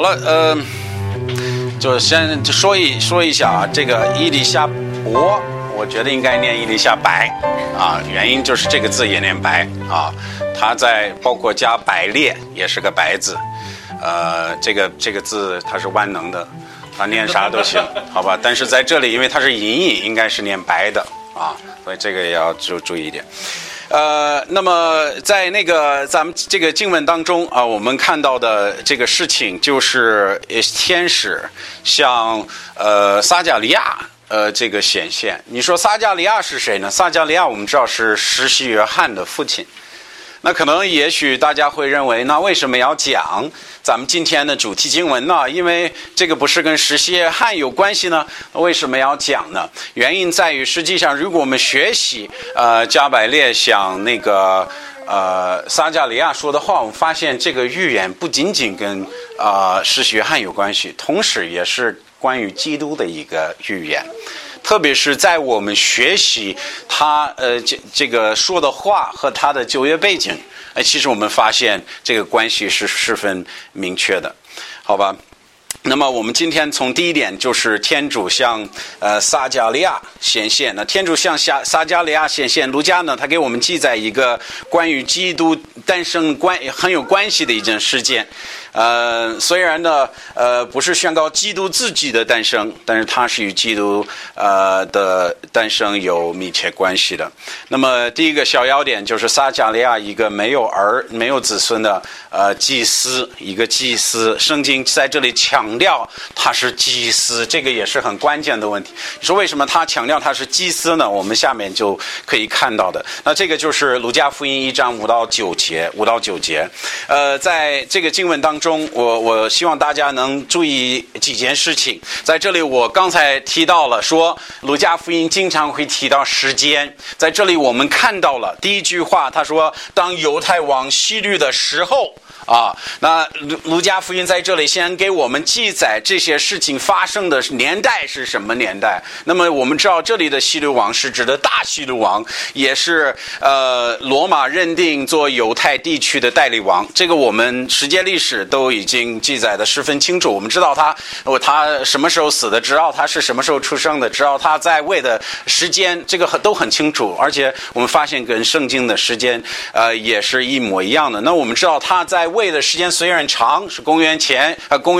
了，就先说一下啊，这个伊丽莎伯，我觉得应该念伊丽莎白啊，原因就是这个字也念白啊，它在包括加百列也是个白字，这个字它是万能的，它念啥都行，好吧？但是在这里，因为它是隐隐，应该是念白的啊，所以这个也要注意一点。那么在那个咱们这个经文当中啊，我们看到的这个事情就是天使向撒迦利亚这个显现。你说撒迦利亚是谁呢？撒迦利亚我们知道是施洗约翰的父亲。那可能也许大家会认为，那为什么要讲咱们今天的主题经文呢？因为这个不是跟施洗约翰有关系呢？为什么要讲呢？原因在于，实际上如果我们学习加百列向那个撒迦利亚说的话，我们发现这个预言不仅仅跟施洗约翰有关系，同时也是关于基督的一个预言。特别是在我们学习他这个说的话和他的旧约背景，其实我们发现这个关系是十分明确的，好吧？那么我们今天从第一点就是天主向撒迦利亚显现。那天主向撒迦利亚显现，卢加呢他给我们记载一个关于基督诞生很有关系的一件事件。虽然呢不是宣告基督自己的诞生，但是它是与基督的诞生有密切关系的。那么第一个小要点就是撒迦利亚一个没有子孙的祭司，一个祭司。圣经在这里强调他是祭司，这个也是很关键的问题。你说为什么他强调他是祭司呢？我们下面就可以看到的。那这个就是路加福音1章5到9节。在这个经文当中，我希望大家能注意几件事情。在这里我刚才提到了说路加福音经常会提到时间，在这里我们看到了第一句话，他说当犹太王希律的时候啊，那路加福音在这里先给我们记载这些事情发生的年代是什么年代。那么我们知道这里的希律王是指的大希律王，也是罗马认定做犹太地区的代理王。这个我们世界历史都已经记载的十分清楚，我们知道他什么时候死的，知道他是什么时候出生的，知道他在位的时间，这个都很清楚。而且我们发现跟圣经的时间也是一模一样的。那我们知道他在位的时间虽然长，是公元前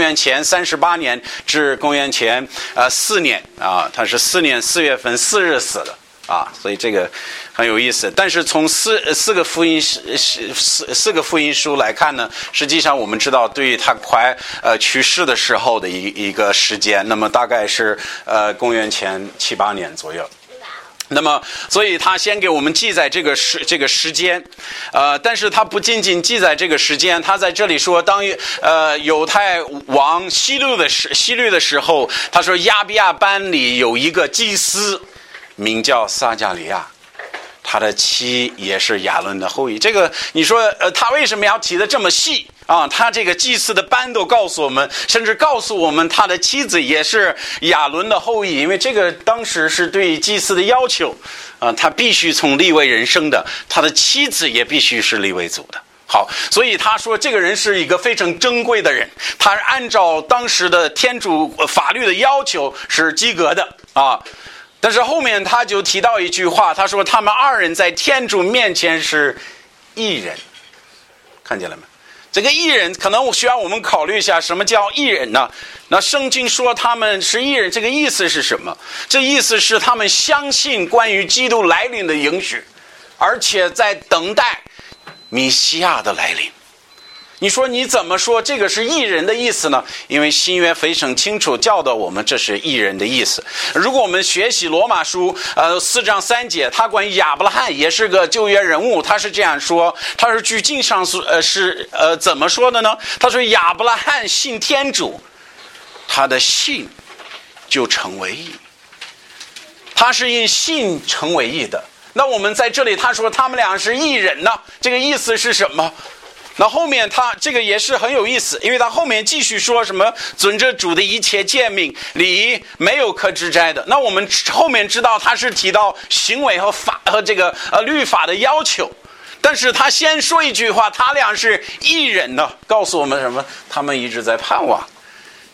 38年至公元前4年啊，他是4年4月份4日死的啊，所以这个很有意思。但是从四个福音书来看呢，实际上我们知道对于他快去世的时候的一个时间，那么大概是公元前7、8年左右。那么所以他先给我们记载这个时间，但是他不仅仅记载这个时间，他在这里说当犹太王希律的时候，他说亚比亚班里有一个祭司名叫撒迦利亚，他的妻也是亚伦的后裔。这个你说他为什么要提得这么细啊？他这个祭司的班都告诉我们，甚至告诉我们他的妻子也是亚伦的后裔，因为这个当时是对祭司的要求他必须从利未人生的，他的妻子也必须是利未族的。好，所以他说这个人是一个非常珍贵的人，他按照当时的天主法律的要求是及格的啊。但是后面他就提到一句话，他说他们2人在天主面前是义人，看见了没？这个义人可能需要我们考虑一下，什么叫义人呢？那圣经说他们是义人，这个意思是什么？这意思是他们相信关于基督来临的应许，而且在等待弥西亚的来临。你说你怎么说这个是义人的意思呢？因为新约非常清楚教导我们这是义人的意思。如果我们学习罗马书4章3节，他关于亚伯拉罕也是个旧约人物，他是这样说，他是据经上是怎么说的呢？他说亚伯拉罕信天主，他的信就成为义，他是因信成为义的。那我们在这里他说他们俩是义人呢，这个意思是什么？那后面他这个也是很有意思，因为他后面继续说什么遵着主的一切诫命，礼没有可指摘的。那我们后面知道他是提到行为和这个律法的要求，但是他先说一句话，他俩是义人呢，告诉我们什么？他们一直在盼望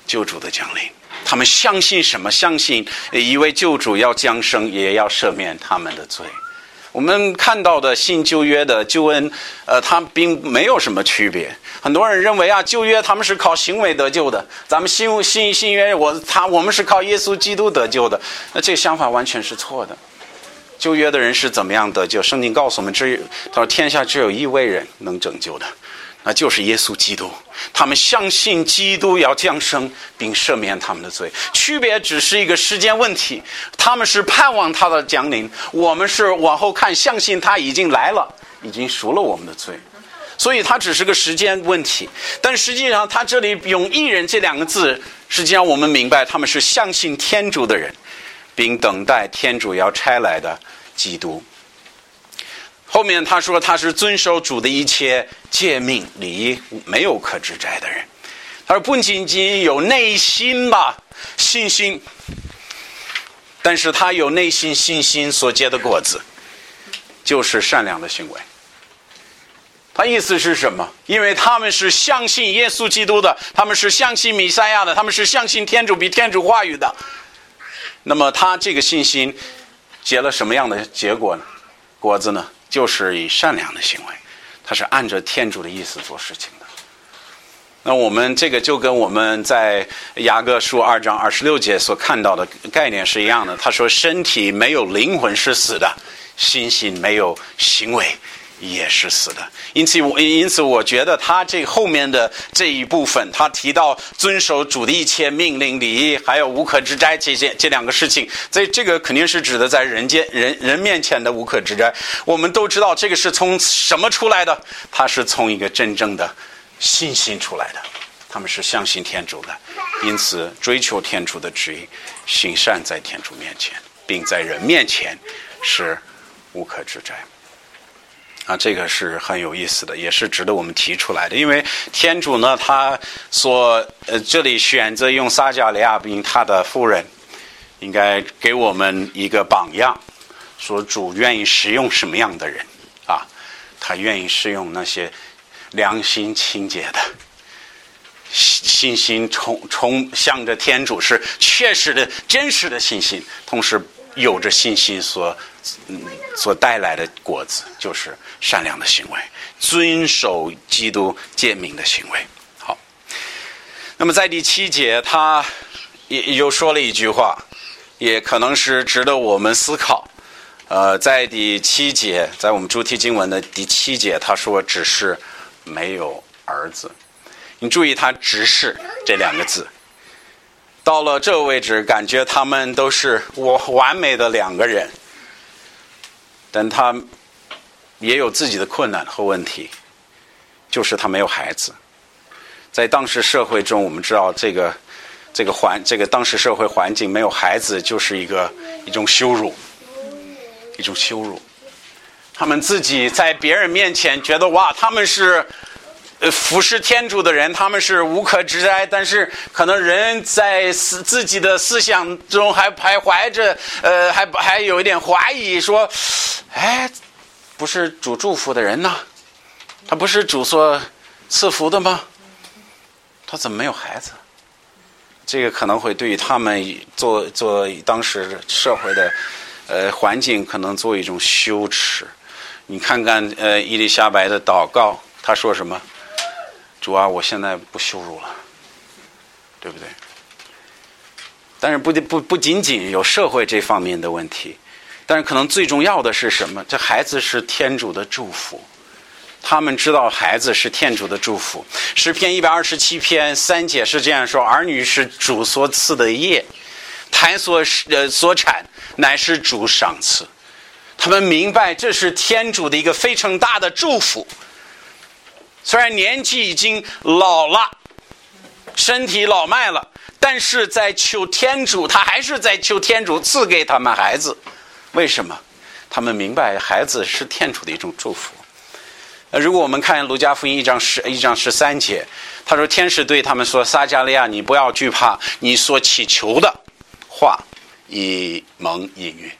救主的降临。他们相信什么？相信一位救主要降生，也要赦免他们的罪。我们看到的新旧约的救恩，它并没有什么区别。很多人认为啊，旧约他们是靠行为得救的，咱们新约我们是靠耶稣基督得救的。那这个想法完全是错的。旧约的人是怎么样得救？圣经告诉我们，他说天下只有一位人能拯救的，那就是耶稣基督。他们相信基督要降生并赦免他们的罪，区别只是一个时间问题。他们是盼望他的降临，我们是往后看，相信他已经来了，已经赎了我们的罪，所以它只是个时间问题。但实际上他这里用义人这两个字，实际上我们明白他们是相信天主的人，并等待天主要差来的基督。后面他说他是遵守主的一切诫命礼仪，没有可指摘的人。他说不仅仅有内心吧，信心，但是他有内心信心所结的果子，就是善良的行为。他意思是什么？因为他们是相信耶稣基督的，他们是相信弥赛亚的，他们是相信天主比天主话语的。那么他这个信心结了什么样的结果呢？果子呢？就是以善良的行为，他是按着天主的意思做事情的。那我们这个就跟我们在雅各书2章26节所看到的概念是一样的。他说身体没有灵魂是死的，信心没有行为也是死的。因此我觉得他这后面的这一部分，他提到遵守主的一切命令礼仪，还有无可指摘这两个事情，这个肯定是指的在人面前的无可指摘。我们都知道这个是从什么出来的？它是从一个真正的信心出来的。他们是相信天主的，因此追求天主的旨意，行善在天主面前，并在人面前是无可指摘。这个是很有意思的，也是值得我们提出来的。因为天主呢，他这里选择用撒迦利亚并他的夫人，应该给我们一个榜样，说主愿意使用什么样的人啊？他愿意使用那些良心清洁的，信心向着天主是确实的真实的信心，同时有着信心所带来的果子，就是善良的行为，遵守基督诫命的行为。好，那么在第7节他又说了一句话，也可能是值得我们思考。在第7节，在我们主题经文的第7节，他说只是没有儿子。你注意他只是这两个字，到了这个位置感觉他们都是完美的两个人，但他也有自己的困难和问题，就是他没有孩子。在当时社会中，我们知道这个当时社会环境，没有孩子就是一种羞辱，一种羞辱。他们自己在别人面前觉得哇，他们是服侍天主的人，他们是无可指摘，但是可能人在自己的思想中还徘徊着，还有一点怀疑，说，不是主祝福的人呢？他不是主所赐福的吗？他怎么没有孩子？这个可能会对于他们做当时社会的环境，可能做一种羞耻。你看看伊丽莎白的祷告，他说什么？主啊，我现在不羞辱了，对不对？但是不仅仅有社会这方面的问题，但是可能最重要的是什么？这孩子是天主的祝福，他们知道孩子是天主的祝福。诗篇127篇3节是这样说：儿女是主所赐的业，胎所产乃是主赏赐。他们明白这是天主的一个非常大的祝福。虽然年纪已经老了，身体老迈了，但是在求天主，他还是在求天主赐给他们孩子。为什么？他们明白孩子是天主的一种祝福。如果我们看路加福音1章13节，他说天使对他们说，撒迦利亚，你不要惧怕，你所祈求的话已蒙应允。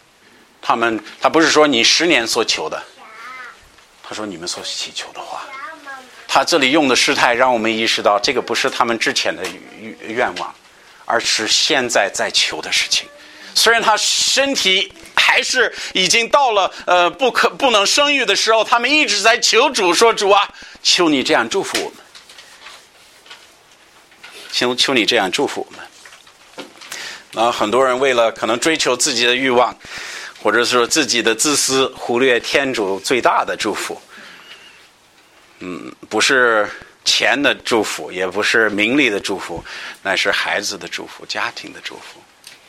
他不是说你10年所求的，他说你们所祈求的话他这里用的时态让我们意识到，这个不是他们之前的愿望，而是现在在求的事情。虽然他身体还是已经到了不能生育的时候，他们一直在求主，说主啊，求你这样祝福我们，求你这样祝福我们。很多人为了可能追求自己的欲望，或者说自己的自私，忽略天主最大的祝福。不是钱的祝福，也不是名利的祝福，乃是孩子的祝福，家庭的祝福。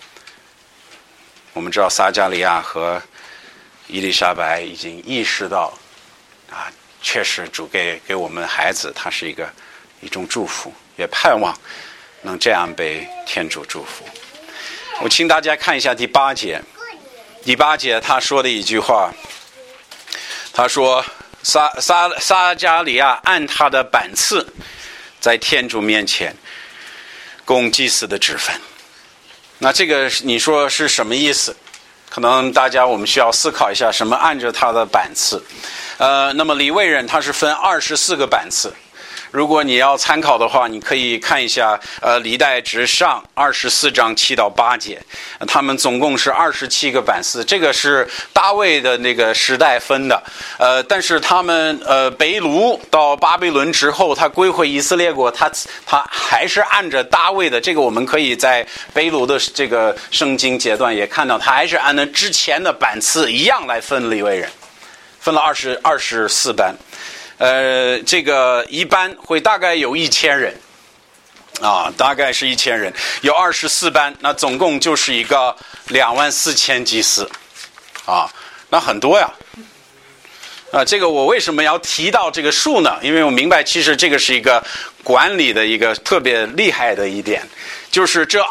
我们知道撒加利亚和伊丽莎白已经意识到确实主给我们孩子，它是一种祝福，也盼望能这样被天主祝福。我请大家看一下第8节。第8节他说的一句话，他说撒加利亚按他的版次在天主面前供祭司的职分。那这个你说是什么意思？可能我们需要思考一下，什么按着他的版次。那么利未人他是分24个版次。如果你要参考的话，你可以看一下历代志上24章7到8节，他们总共是27个版次。这个是大卫的那个时代分的，但是他们北掳到巴比伦之后，他归回以色列国，他还是按着大卫的，这个我们可以在北掳的这个圣经阶段也看到，他还是按照之前的版次一样来分利未人，分了24班。这个一般会大概有1000人大概是1000人，有24班，那总共就是一个24000祭司那很多呀。这个我为什么要提到这个数呢？因为我明白其实这个是一个管理的一个特别厉害的一点，就是这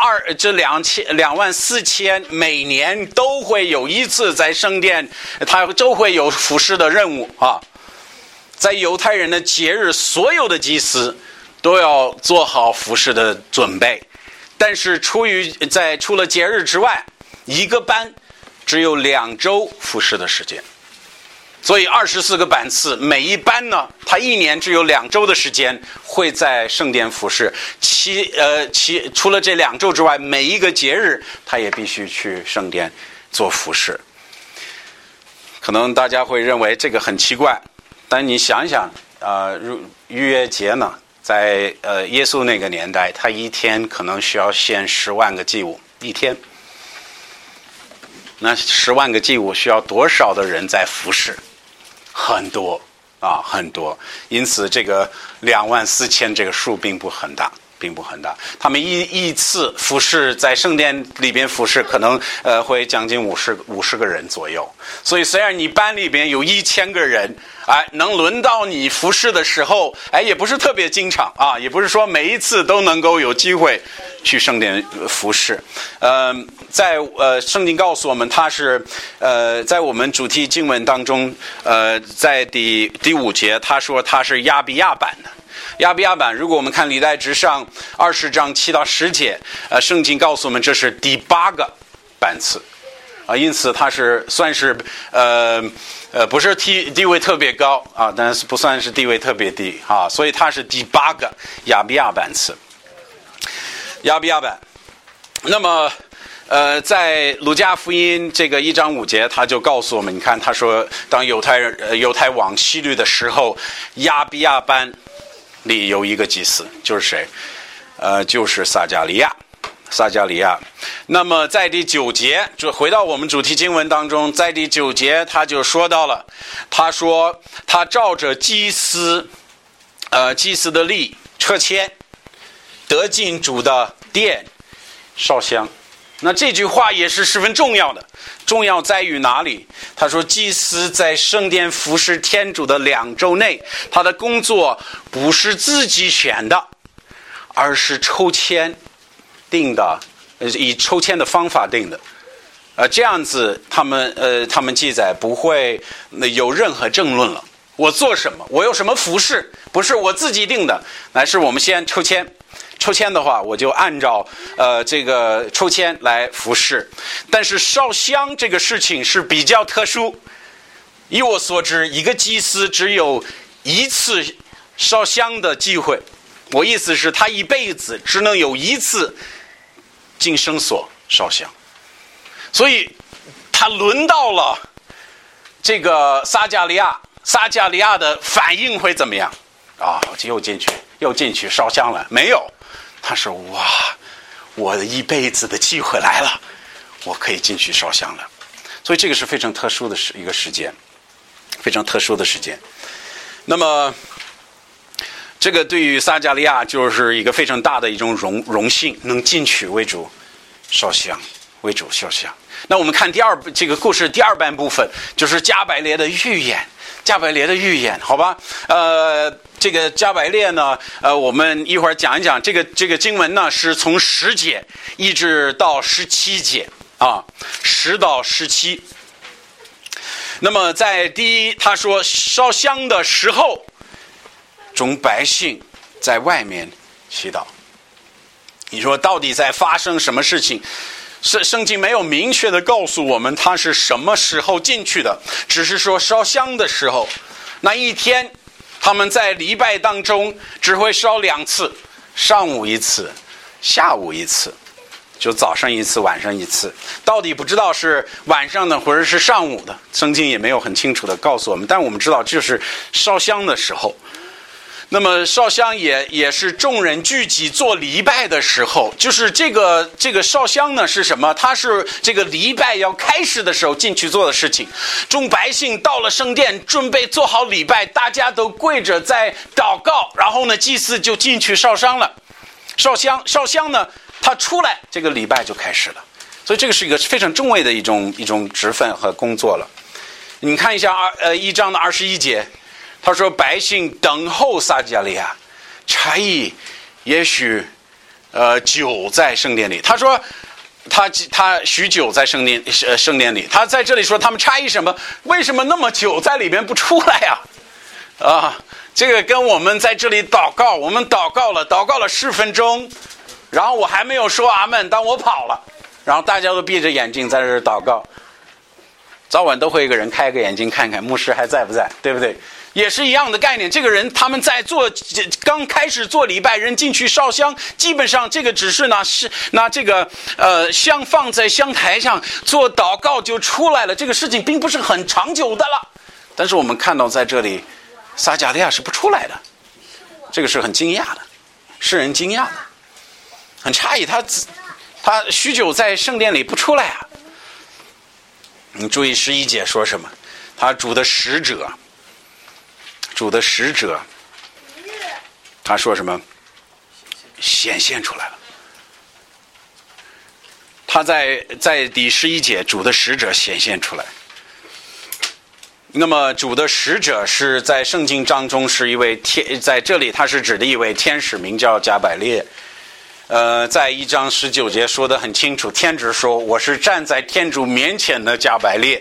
24000每年都会有一次在圣殿，它都会有服侍的任务在犹太人的节日，所有的祭司都要做好服侍的准备，但是除了节日之外，一个班只有2周服侍的时间，所以24个班次，每一班呢，他一年只有2周的时间会在圣殿服侍，除了这2周之外，每一个节日他也必须去圣殿做服侍。可能大家会认为这个很奇怪，但你想一想，逾越节呢，在耶稣那个年代，他一天可能需要献10万个祭物一天。那10万个祭物需要多少的人在服侍？很多很多。因此，这个24000这个数并不很大。他们一次服侍在圣殿里边服侍，可能会将近50个人左右。所以虽然你班里边有1000个人，能轮到你服侍的时候，也不是特别经常也不是说每一次都能够有机会去圣殿服侍。在圣经告诉我们，它是在我们主题经文当中，在第5节，他说他是亚比亚版的。亚比亚版，如果我们看历代志上20章7到10节，圣经告诉我们这是第8个班次因此它是算是不是地位特别高但是不算是地位特别低所以它是第8个亚比亚班次。亚比亚版，那么在路加福音这个1章5节，他就告诉我们，你看他说，当犹太王希律的时候，亚比亚班里有一个祭司，就是谁？就是撒加利亚。那么在第9节，就回到我们主题经文当中，在第9节他就说到了，他说他照着祭司的例车签，得进主的殿烧香。那这句话也是十分重要的，重要在于哪里？他说祭司在圣殿服侍天主的2周内，他的工作不是自己选的，而是抽签定的，以抽签的方法定的。这样子他们记载不会有任何争论了。我做什么，我有什么服侍，不是我自己定的，乃是我们先抽签。抽签的话，我就按照这个抽签来服侍。但是烧香这个事情是比较特殊，以我所知，一个祭司只有一次烧香的机会。我意思是，他一辈子只能有一次进圣所烧香，所以他轮到了这个撒迦利亚。撒迦利亚的反应会怎么样？又进去烧香了？没有，他说：哇，我的一辈子的机会来了，我可以进去烧香了。所以这个是非常特殊的一个时间，非常特殊的时间。那么这个对于撒迦利亚就是一个非常大的一种荣幸，能进去为主烧香，为主烧香。那我们看这个故事第二半部分，就是加百列的预言。加百列的预言，好吧？这个加百列呢，我们一会儿讲一讲。这个经文呢，是从10节一直到17节啊，10到17。那么在他说烧香的时候，众百姓在外面祈祷。你说到底在发生什么事情？圣经没有明确的告诉我们他是什么时候进去的，只是说烧香的时候，那一天他们在礼拜当中只会烧2次，上午一次，下午一次，就早上一次，晚上一次。到底不知道是晚上的或者是上午的，圣经也没有很清楚的告诉我们，但我们知道就是烧香的时候。那么烧香也是众人聚集做礼拜的时候，就是这个烧香呢是什么？它是这个礼拜要开始的时候进去做的事情。众百姓到了圣殿，准备做好礼拜，大家都跪着在祷告，然后呢，祭司就进去烧香了。烧香呢，他出来，这个礼拜就开始了。所以这个是一个非常重要的一种职分和工作了。你看一下1章的21节。他说百姓等候撒迦利亚，差役也许久在圣殿里。他说他许久在圣殿里。他在这里说他们差役什么？为什么那么久在里面不出来呀？这个跟我们在这里祷告，我们祷告了10分钟，然后我还没有说阿们，但我跑了，然后大家都闭着眼睛在这儿祷告。早晚都会有个人开个眼睛看看牧师还在不在，对不对？也是一样的概念。这个人他们在刚开始做礼拜，人进去烧香，基本上这个只是拿这个香放在香台上做祷告就出来了，这个事情并不是很长久的了。但是我们看到在这里撒迦利亚是不出来的，这个是很惊讶的，使人惊讶的，很诧异。他许久在圣殿里不出来啊。你注意11节说什么？他主的使者，他说什么？显现出来了。他在第11节，主的使者显现出来。那么主的使者是在圣经当中是一位在这里他是指的一位天使，名叫加百列。在1章19节说得很清楚，天使说我是站在天主面前的加百列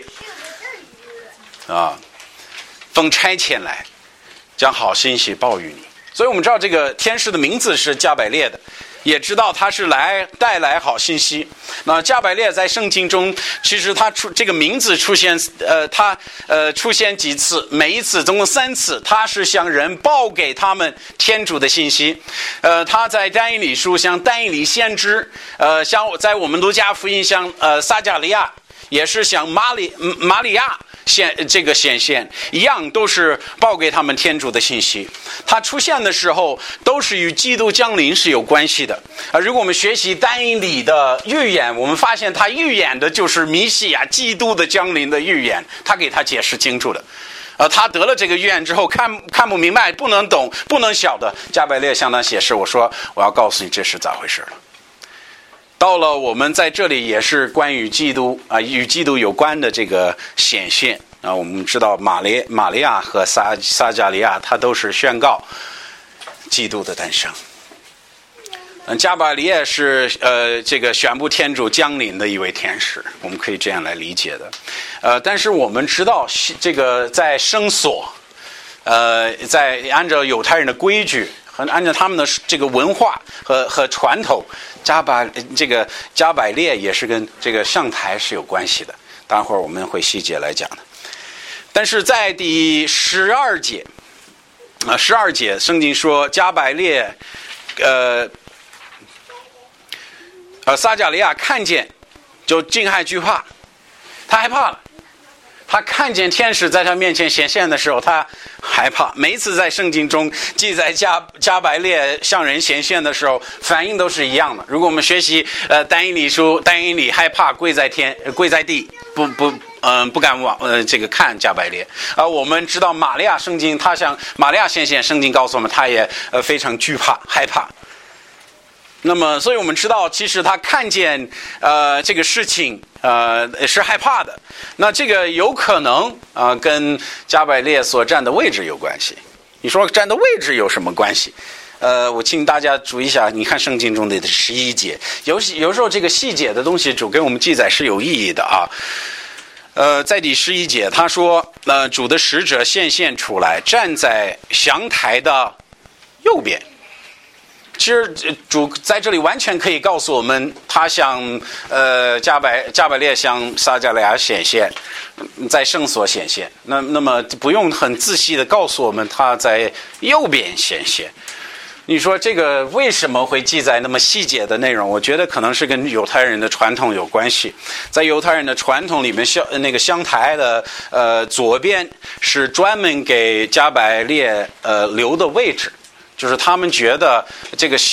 奉差遣来将好信息报与你。所以我们知道这个天使的名字是加百列的，也知道他是带来好信息。那加百列在圣经中其实他这个名字出现出现几次，每一次总共3次，他是向人报给他们天主的信息。他在但以理书向但以理先知，像在我们路加福音像撒迦利亚，也是像玛利亚显现一样，都是报给他们天主的信息。他出现的时候都是与基督降临是有关系的。如果我们学习但以理的预言，我们发现他预言的就是弥西亚基督的降临的预言，他给他解释清楚的。他得了这个预言之后看不明白，不能懂，不能晓得，加百列向他解释，我说我要告诉你这是咋回事了。到了我们在这里也是关于基督与基督有关的这个显现我们知道玛利亚和撒迦利亚他都是宣告基督的诞生。加百列是这个宣布天主降临的一位天使，我们可以这样来理解的。但是我们知道这个在圣所在按照犹太人的规矩和按照他们的这个文化和传统，加百列也是跟这个上台是有关系的，待会儿我们会细节来讲的。但是在第12节 12节，圣经说加百列，撒迦利亚看见，就惊骇惧怕，他害怕了。他看见天使在他面前显现的时候，他害怕。每一次在圣经中记载加百列向人显现的时候，反应都是一样的。如果我们学习但以理书，但以理害怕跪在地，不敢往这个看加百列。我们知道玛利亚圣经，他向玛利亚显现，圣经告诉我们，他也非常惧怕害怕。那么，所以我们知道，其实他看见这个事情是害怕的。那这个有可能跟加百列所站的位置有关系。你说站的位置有什么关系？我请大家注意一下，你看圣经中的11节，有时候这个细节的东西主给我们记载是有意义的啊。在第11节，他说，主的使者现出来，站在详台的右边。其实主在这里完全可以告诉我们，他向加百列向撒迦利亚显现，在圣所显现。那么不用很仔细的告诉我们他在右边显现。你说这个为什么会记载那么细节的内容？我觉得可能是跟犹太人的传统有关系。在犹太人的传统里面，那个香台的左边是专门给加百列留的位置。就是他们觉得这个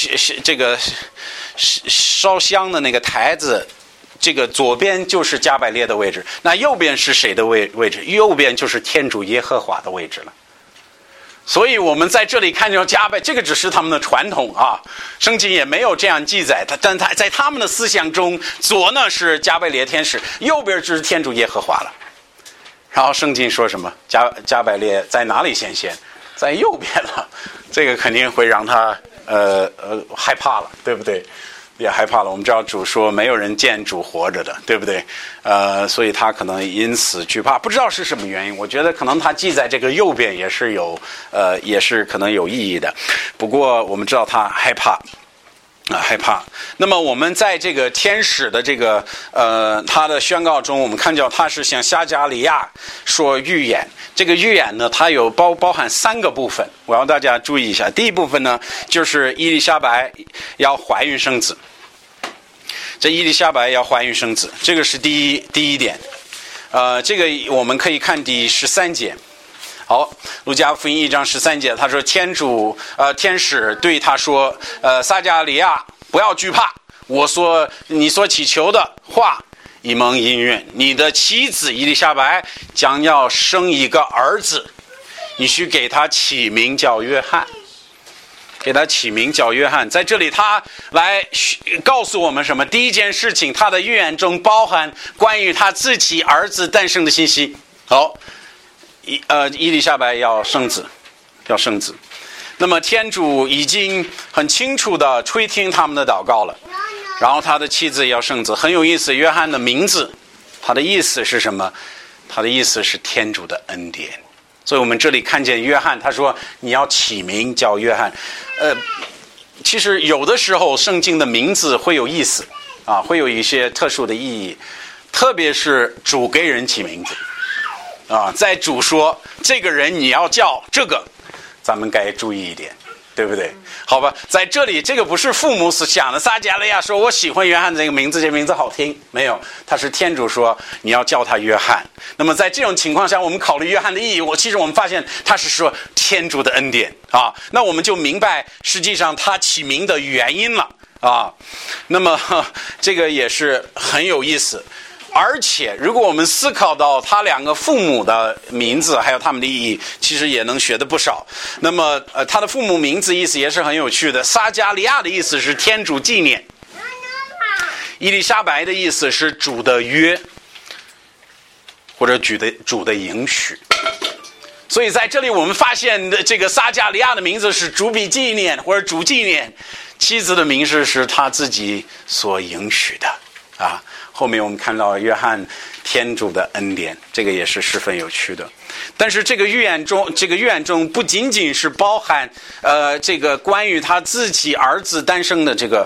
烧香的那个台子，这个左边就是加百列的位置，那右边是谁的位置？右边就是天主耶和华的位置了。所以我们在这里看见这个只是他们的传统啊，圣经也没有这样记载。但在他们的思想中，左呢是加百列天使，右边就是天主耶和华了。然后圣经说什么？加百列在哪里显现？在右边了，这个肯定会让他害怕了，对不对？也害怕了。我们知道主说没有人见主活着的，对不对？所以他可能因此惧怕，不知道是什么原因。我觉得可能他记在这个右边也是也是可能有意义的。不过我们知道他害怕。害怕。那么我们在这个天使的这个他的宣告中，我们看到他是向撒迦利亚说预言。这个预言呢，它有包含3个部分，我要大家注意一下。第一部分呢，就是伊丽莎白要怀孕生子。这伊丽莎白要怀孕生子，这个是第一点。这个我们可以看第13节。好，路加福音1章13节，他说天使对他说，撒迦利亚不要惧怕，你所祈求的话一蒙应允，你的妻子伊丽莎白将要生一个儿子，你需给他起名叫约翰。给他起名叫约翰。在这里他来告诉我们什么？第一件事情，他的预言中包含关于他自己儿子诞生的信息。好，伊丽莎白要生子。那么天主已经很清楚地垂听他们的祷告了，然后他的妻子要生子。很有意思，约翰的名字，他的意思是什么？他的意思是天主的恩典。所以我们这里看见约翰，他说你要起名叫约翰。其实有的时候圣经的名字会有意思啊，会有一些特殊的意义，特别是主给人起名字啊，在主说这个人你要叫这个，咱们该注意一点，对不对？好吧，在这里这个不是父母所想的，撒迦利亚说我喜欢约翰这个名字，这个名字好听，没有，他是天主说你要叫他约翰。那么在这种情况下，我们考虑约翰的意义，其实我们发现他是说天主的恩典啊，那我们就明白实际上他起名的原因了啊。那么这个也是很有意思。而且如果我们思考到他两个父母的名字还有他们的意义，其实也能学得不少。那么他的父母名字意思也是很有趣的。撒迦利亚的意思是天主纪念，伊丽莎白的意思是主的约，或者主的应许。所以在这里我们发现这个撒迦利亚的名字是主笔纪念或者主纪念，妻子的名字是他自己所应许的啊。后面我们看到约翰天主的恩典，这个也是十分有趣的。但是这个预言中不仅仅是包含这个关于他自己儿子诞生的这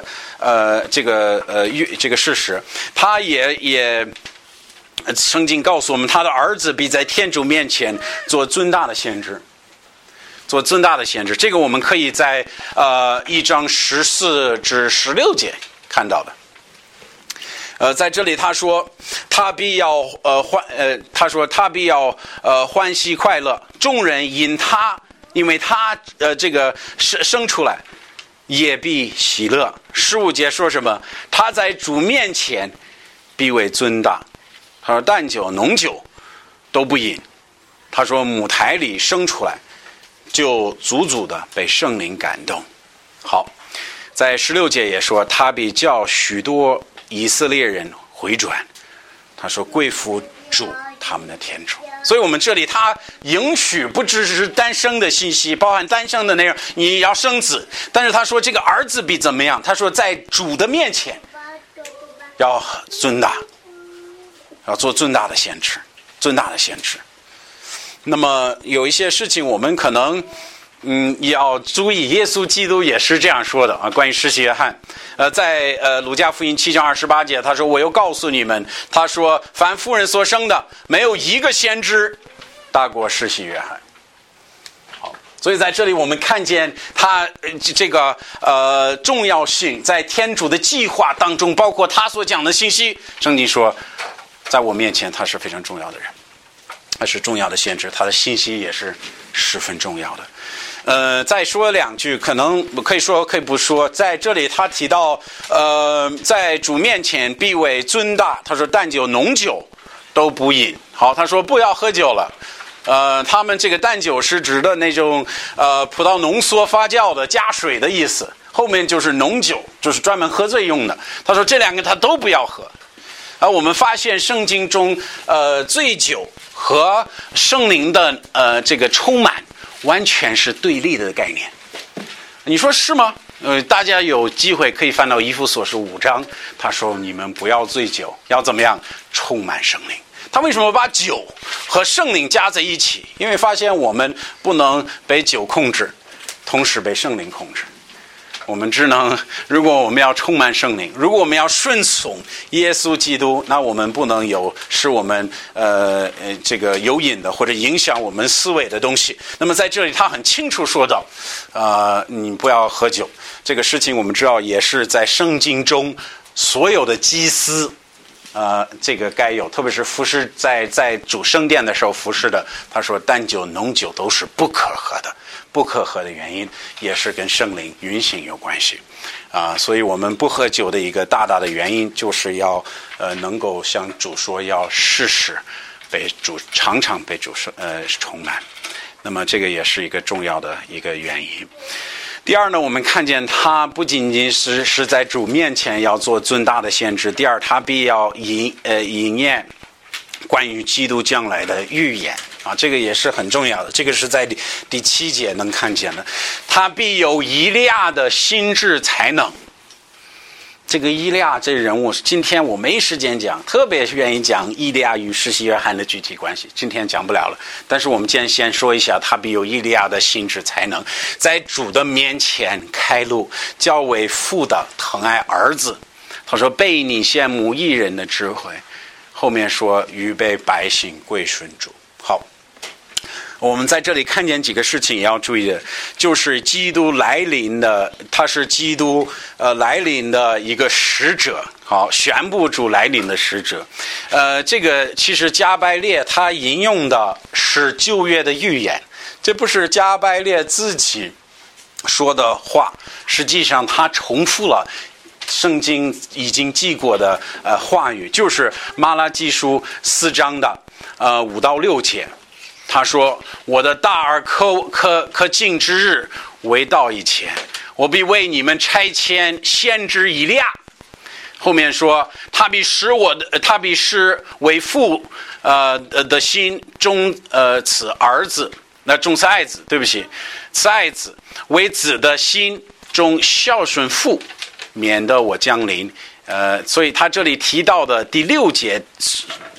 个事实，他也圣经告诉我们，他的儿子必在天主面前做尊大的先知。 做尊大的先知。这个我们可以在1章14至16节看到的。在这里他说他必要欢喜快乐，众人因为他这个生出来也必喜乐。15节说什么？他在主面前必为尊大。他说淡酒浓酒都不饮。他说母胎里生出来就足足的被圣灵感动。好，在16节也说他必叫许多以色列人回转。他说归服主他们的天主。所以我们这里他允许不只是单生的信息，包含单生的内容，你要生子，但是他说这个儿子必怎么样？他说在主的面前要尊大，要做尊大的先知，尊大的先知。那么有一些事情我们可能要注意，耶稣基督也是这样说的啊。关于施洗约翰，在路加福音7章28节，他说我又告诉你们，他说凡妇人所生的，没有一个先知大过施洗约翰。好，所以在这里我们看见他这个重要性，在天主的计划当中，包括他所讲的信息，圣经说在我面前他是非常重要的人，他是重要的先知，他的信息也是十分重要的。再说两句，可能可以说可以不说。在这里他提到在主面前必为尊大，他说淡酒浓酒都不饮。好，他说不要喝酒了。他们这个淡酒是指的那种葡萄浓缩发酵的加水的意思，后面就是浓酒，就是专门喝醉用的。他说这两个他都不要喝。我们发现圣经中醉酒和圣灵的这个充满完全是对立的概念。你说是吗？大家有机会可以翻到以弗所书5章，他说你们不要醉酒，要怎么样？充满圣灵。他为什么把酒和圣灵加在一起？因为发现我们不能被酒控制，同时被圣灵控制。我们只能，如果我们要充满圣灵，如果我们要顺从耶稣基督，那我们不能有使我们这个有瘾的或者影响我们思维的东西。那么在这里他很清楚说到你不要喝酒。这个事情我们知道也是在圣经中所有的祭司这个该有，特别是服侍在主圣殿的时候服侍的，他说淡酒浓酒都是不可喝的。不可喝的原因也是跟圣灵运行有关系所以我们不喝酒的一个大的原因就是要能够向主说，要时时被主常常被主充满。那么这个也是一个重要的一个原因。第二呢，我们看见他不仅仅是在主面前要做尊大的先知，第二他必要应验关于基督将来的预言这个也是很重要的。这个是在第7节能看见的。他必有以利亚的心智才能。这个以利亚这人物，今天我没时间讲，特别愿意讲以利亚与施洗约翰的具体关系，今天讲不了了。但是我们今天先说一下，他必有以利亚的心智才能，在主的面前开路，教为父的疼爱儿子。他说被你羡慕义人的智慧，后面说预备百姓归顺主。好，我们在这里看见几个事情也要注意的，就是基督来临的，他是基督来临的一个使者，好，宣布主来临的使者。这个其实加百列他引用的是旧约的预言，这不是加百列自己说的话，实际上他重复了圣经已经记过的话语，就是马拉基书4章的5到6节。他说我的大而可敬之日未到以前，我必为你们差遣先知以利亚。后面说他必使为父的心中此儿子，那中此爱子，对不起，此爱子为子的心中孝顺父，免得我降临。所以他这里提到的第6节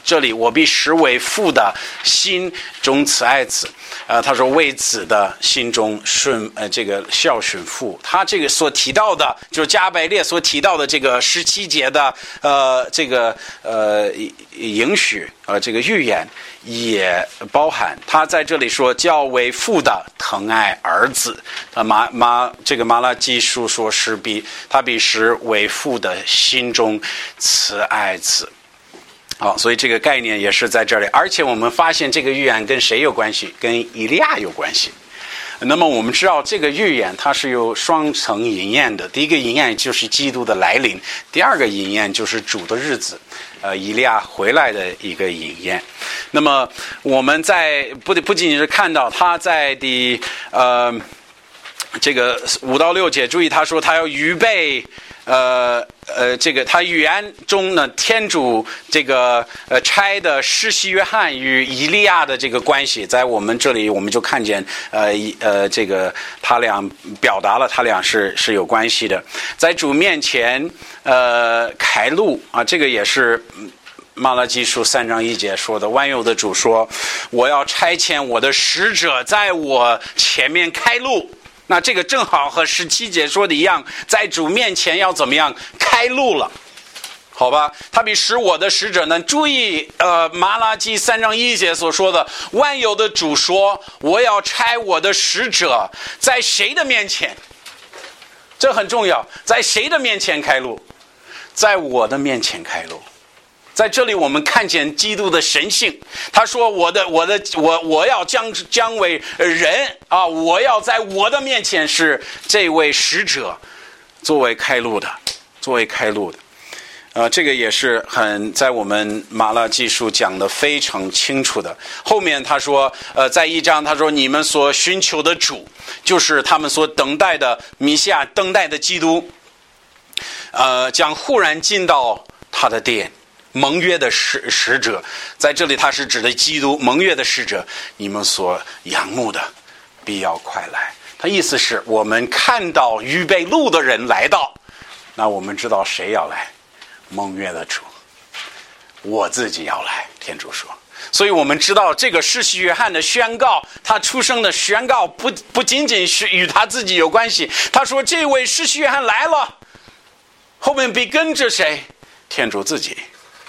这里我必使为父的心中慈爱子。他说为子的心中这个孝顺父。他这个所提到的，就是加百列所提到的这个17节的这个应许这个预言，也包含他在这里说叫为父的疼爱儿子。这个马拉基书说他必使为父的心中慈爱子。好，所以这个概念也是在这里。而且我们发现这个预言跟谁有关系？跟以利亚有关系。那么我们知道这个预言它是有双层应验的。第一个应验就是基督的来临，第二个应验就是主的日子，以利亚回来的一个应验。那么我们在不仅仅是看到他在这个5到6节，注意他说他要预备这个他预言中呢，天主这个差的施洗约翰与以利亚的这个关系，在我们这里我们就看见这个他俩表达了他俩是有关系的。在主面前开路啊，这个也是马拉基书3章1节说的，万有的主说我要差遣我的使者在我前面开路。那这个正好和17节说的一样，在主面前要怎么样开路了，好吧？他比使我的使者呢，注意马拉基3章1节所说的，万有的主说我要差我的使者在谁的面前？这很重要，在谁的面前开路？在我的面前开路。在这里我们看见基督的神性，他说我要将为人啊，我要在我的面前是这位使者作为开路的。这个也是在我们马拉基书讲的非常清楚的。后面他说在1章他说你们所寻求的主就是他们所等待的弥赛亚，等待的基督将忽然进到他的殿，盟约的使者，在这里他是指的基督，盟约的使者，你们所仰慕的必要快来。他意思是我们看到预备路的人来到，那我们知道谁要来？盟约的主，我自己要来，天主说。所以我们知道这个施洗约翰的宣告，他出生的宣告不仅仅是与他自己有关系。他说这位施洗约翰来了，后面必跟着谁？天主自己。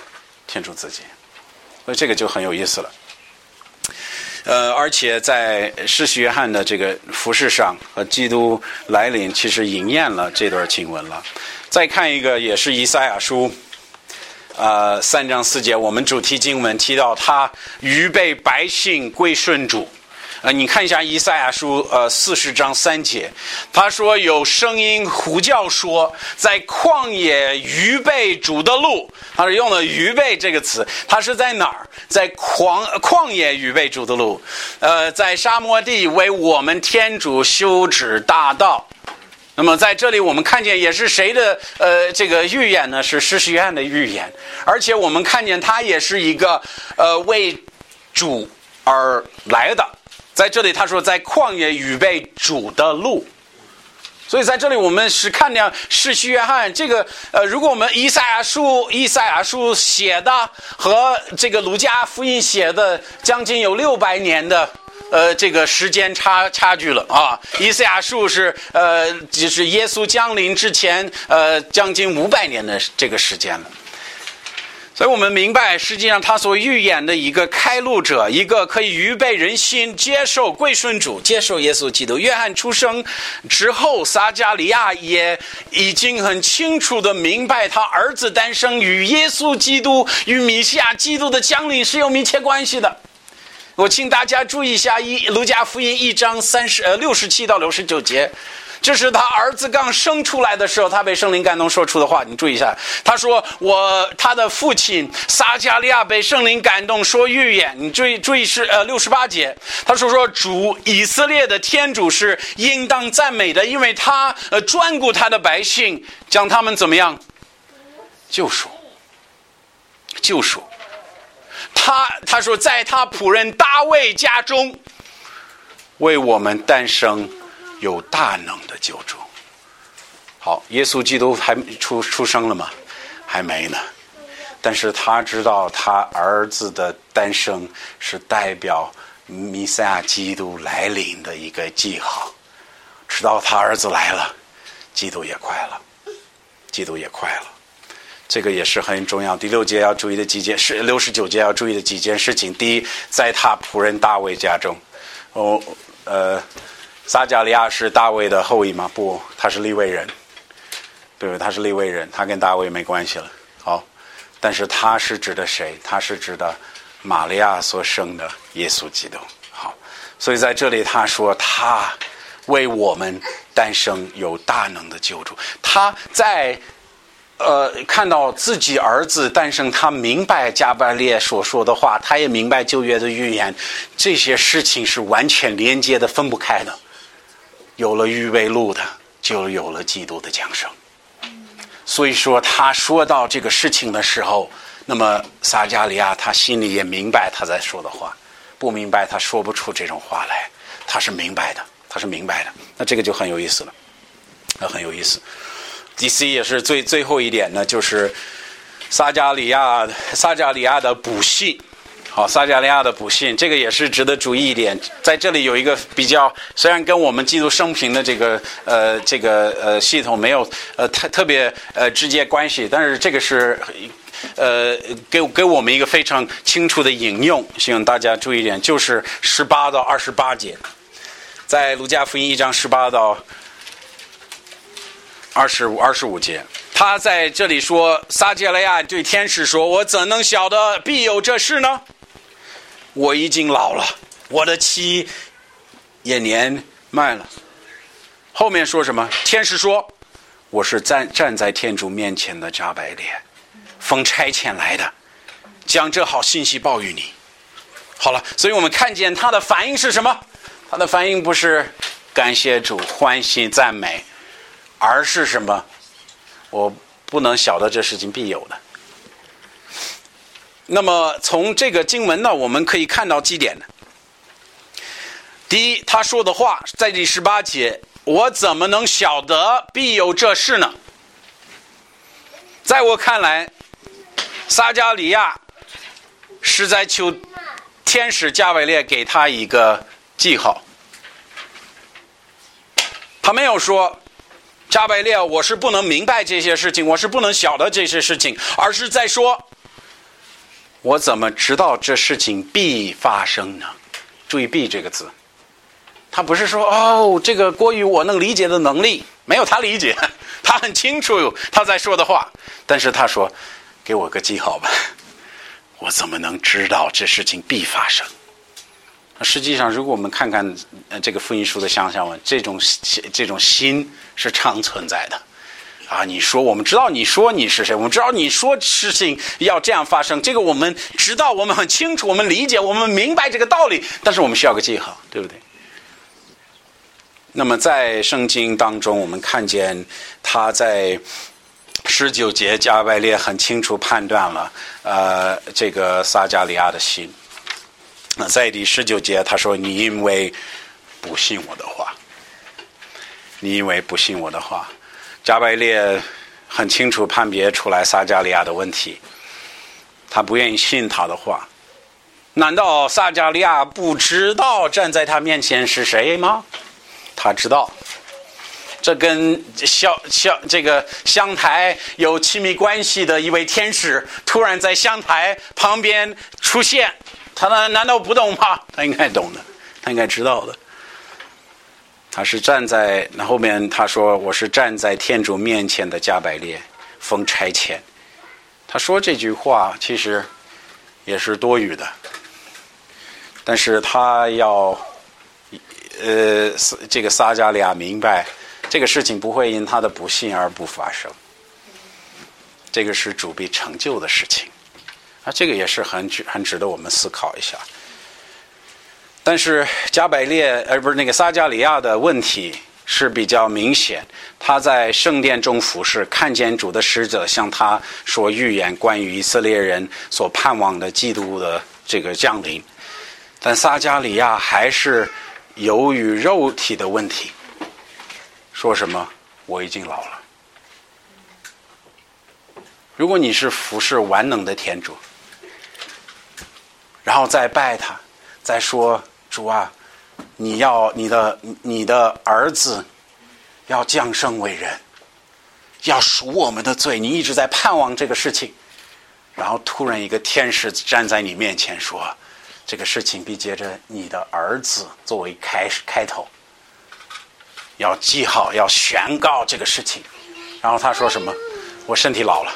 所以这个就很有意思了。而且在施洗约翰的这个服事上和基督来临其实应验了这段经文了。再看一个也是以赛亚书3章4节，我们主题经文提到他预备百姓归顺主。你看一下以赛亚书40章3节，他说有声音呼叫说在旷野预备主的路。他是用了预备这个词，他是在哪儿？在旷野预备主的路，在沙漠地为我们天主修直大道。那么在这里我们看见也是谁的这个预言呢？是施洗约翰的预言。而且我们看见他也是一个为主而来的。在这里他说在旷野预备主的路。所以在这里我们是看见施洗约翰这个如果我们以赛亚书写的和这个路加福音写的将近有600年的这个时间差距了啊。以赛亚书是就是耶稣降临之前将近500年的这个时间了。所以我们明白实际上他所预言的一个开路者，一个可以预备人心接受归顺主，接受耶稣基督。约翰出生之后，撒迦利亚也已经很清楚的明白他儿子诞生与耶稣基督与弥赛亚基督的降临是有密切关系的。我请大家注意一下路加福音1章67到69节，这是他儿子刚生出来的时候，他被圣灵感动说出的话。你注意一下，他说他的父亲撒迦利亚被圣灵感动说预言。你注意是68节，他说主以色列的天主是应当赞美的，因为他专顾他的百姓，将他们怎么样？救赎。他说在他仆人大卫家中为我们诞生有大能的救助。好，耶稣基督还出生了吗？还没呢。 但是他知道他儿子的诞生是代表弥赛亚基督来临的一个记号，直到他儿子来了，基督也快了，基督也快了。这个也是很重要。第6节要注意的几件是69节要注意的几件事情。第一，在他仆人大卫家中，撒迦利亚是大卫的后裔吗？不，他是利未人，对不对？他是利未人，他跟大卫没关系了。好，但是他是指的谁？他是指的玛利亚所生的耶稣基督。好，所以在这里他说他为我们诞生有大能的救主。他在看到自己儿子诞生，他明白加百列所说的话，他也明白旧约的预言，这些事情是完全连接的，分不开的。有了预备录的，就有了基督的降生。所以说他说到这个事情的时候，那么撒迦利亚他心里也明白他在说的话，不明白他说不出这种话来，他是明白的，他是明白的。那这个就很有意思了，很有意思。第4也是最后一点呢，就是撒迦利亚的补信。好，撒迦利亚的补信，这个也是值得注意一点。在这里有一个比较，虽然跟我们基督生平的这个系统没有特别直接关系，但是这个是给我们一个非常清楚的引用，希望大家注意一点，就是18到28节，在路加福音1章18到25节。他在这里说，撒迦利亚对天使说，我怎能晓得必有这事呢？我已经老了，我的妻也年迈了。后面说什么？天使说，我是站在天主面前的加百列，奉差遣来的，将这好信息报与你。好了，所以我们看见他的反应是什么？他的反应不是感谢主、欢喜、赞美，而是什么？我不能晓得这事情必有的。那么从这个经文呢，我们可以看到几点呢？第一，他说的话在第18节，我怎么能晓得必有这事呢？在我看来，撒迦利亚是在求天使加百列给他一个记号。他没有说加百列，我是不能明白这些事情，我是不能晓得这些事情，而是在说，我怎么知道这事情必发生呢？注意必这个字，他不是说这个过于我能理解的能力，没有，他理解，他很清楚他在说的话，但是他说给我个记号吧，我怎么能知道这事情必发生？实际上如果我们看看这个福音书的详小文，这种心是常存在的啊！你说我们知道你说你是谁，我们知道你说事情要这样发生，这个我们知道，我们很清楚，我们理解，我们明白这个道理，但是我们需要个记号，对不对？那么在圣经当中，我们看见他在19节，加百列很清楚判断了这个撒迦利亚的心。那在第19节他说，你因为不信我的话，你因为不信我的话。加百列很清楚判别出来撒迦利亚的问题，他不愿意信他的话。难道撒迦利亚不知道站在他面前是谁吗？他知道，这跟这个香台有亲密关系的一位天使突然在香台旁边出现，他难道不懂吗？他应该懂的，他应该知道的。他是站在那后面，他说我是站在天主面前的加百列，奉差遣。他说这句话其实也是多余的，但是他要这个撒迦利亚明白，这个事情不会因他的不信而不发生，这个是主必成就的事情啊，这个也是很值得我们思考一下。但是加百列不是那个撒迦利亚的问题是比较明显，他在圣殿中服侍，看见主的使者向他说预言关于以色列人所盼望的基督的这个降临，但撒迦利亚还是由于肉体的问题说什么我已经老了。 如果你是服侍完能的天主，然后再拜他，再说主啊，你的儿子要降生为人，要赎我们的罪，你一直在盼望这个事情，然后突然一个天使站在你面前说，这个事情必接着你的儿子作为开头，要记好，要宣告这个事情。然后他说什么？我身体老了。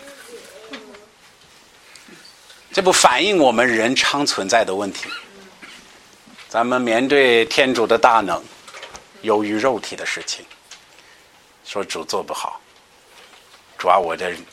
这不反映我们人常存在的问题。咱们面对天主的大能，由于肉体的事情，说主做不好，主啊，我这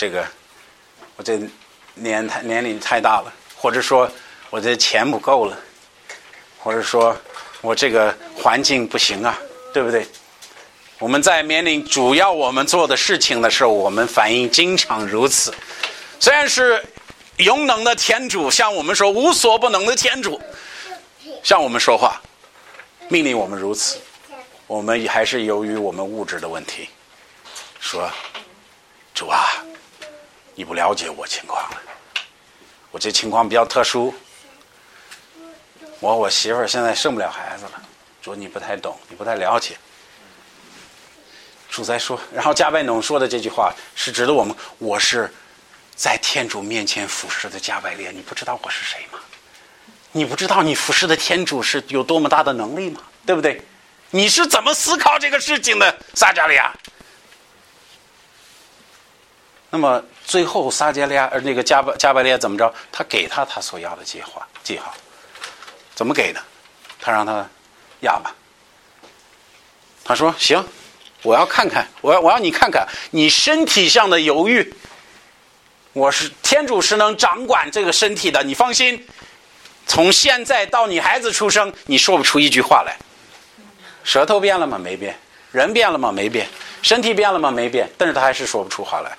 年龄太大了，或者说我这钱不够了，或者说我这个环境不行啊，对不对？我们在面临主要我们做的事情的时候，我们反应经常如此。虽然是永能的天主向我们说，无所不能的天主向我们说话，命令我们如此，我们还是由于我们物质的问题说，主啊，你不了解我情况了，我这情况比较特殊，我媳妇儿现在生不了孩子了，主你不太懂，你不太了解。主在说，然后加百农说的这句话是指的我是在天主面前服侍的加百列，你不知道我是谁吗？你不知道你服侍的天主是有多么大的能力吗？对不对？你是怎么思考这个事情的，撒加利亚？那么最后撒加利亚那个加百列怎么着？他给他所要的记号，怎么给的？他让他压吧。他说行，我要看看，我要你看看你身体上的犹豫。天主是能掌管这个身体的，你放心。从现在到你孩子出生，你说不出一句话来。舌头变了吗？没变。人变了吗？没变。身体变了吗？没变。但是他还是说不出话来。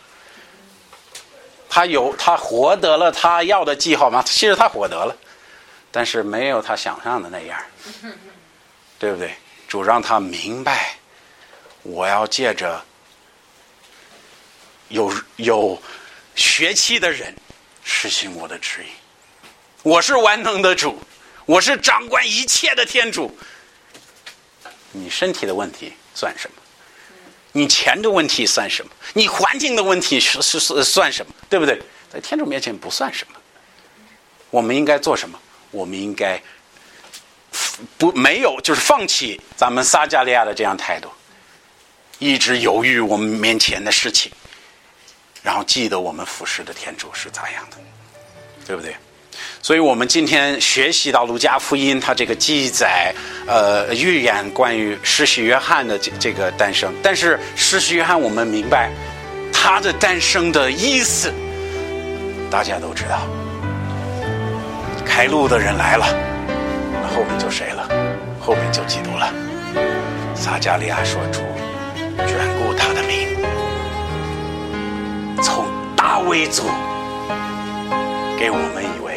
他获得了他要的记号吗？其实他获得了，但是没有他想象的那样，对不对？主让他明白，我要借着有血气的人实行我的旨意。我是完能的主，我是掌管一切的天主。你身体的问题算什么？你钱的问题算什么？你环境的问题是算什么？对不对？在天主面前不算什么。我们应该做什么？我们应该就是放弃咱们撒加利亚的这样态度，一直犹豫我们面前的事情，然后记得我们服侍的天主是咋样的，对不对？所以我们今天学习到路加福音，它这个记载预言关于施洗约翰的这个诞生。但是施洗约翰我们明白他的诞生的意思，大家都知道，开路的人来了，那后面就谁了？后面就基督了。撒加利亚说，主眷顾他的名，从大卫族给我们一位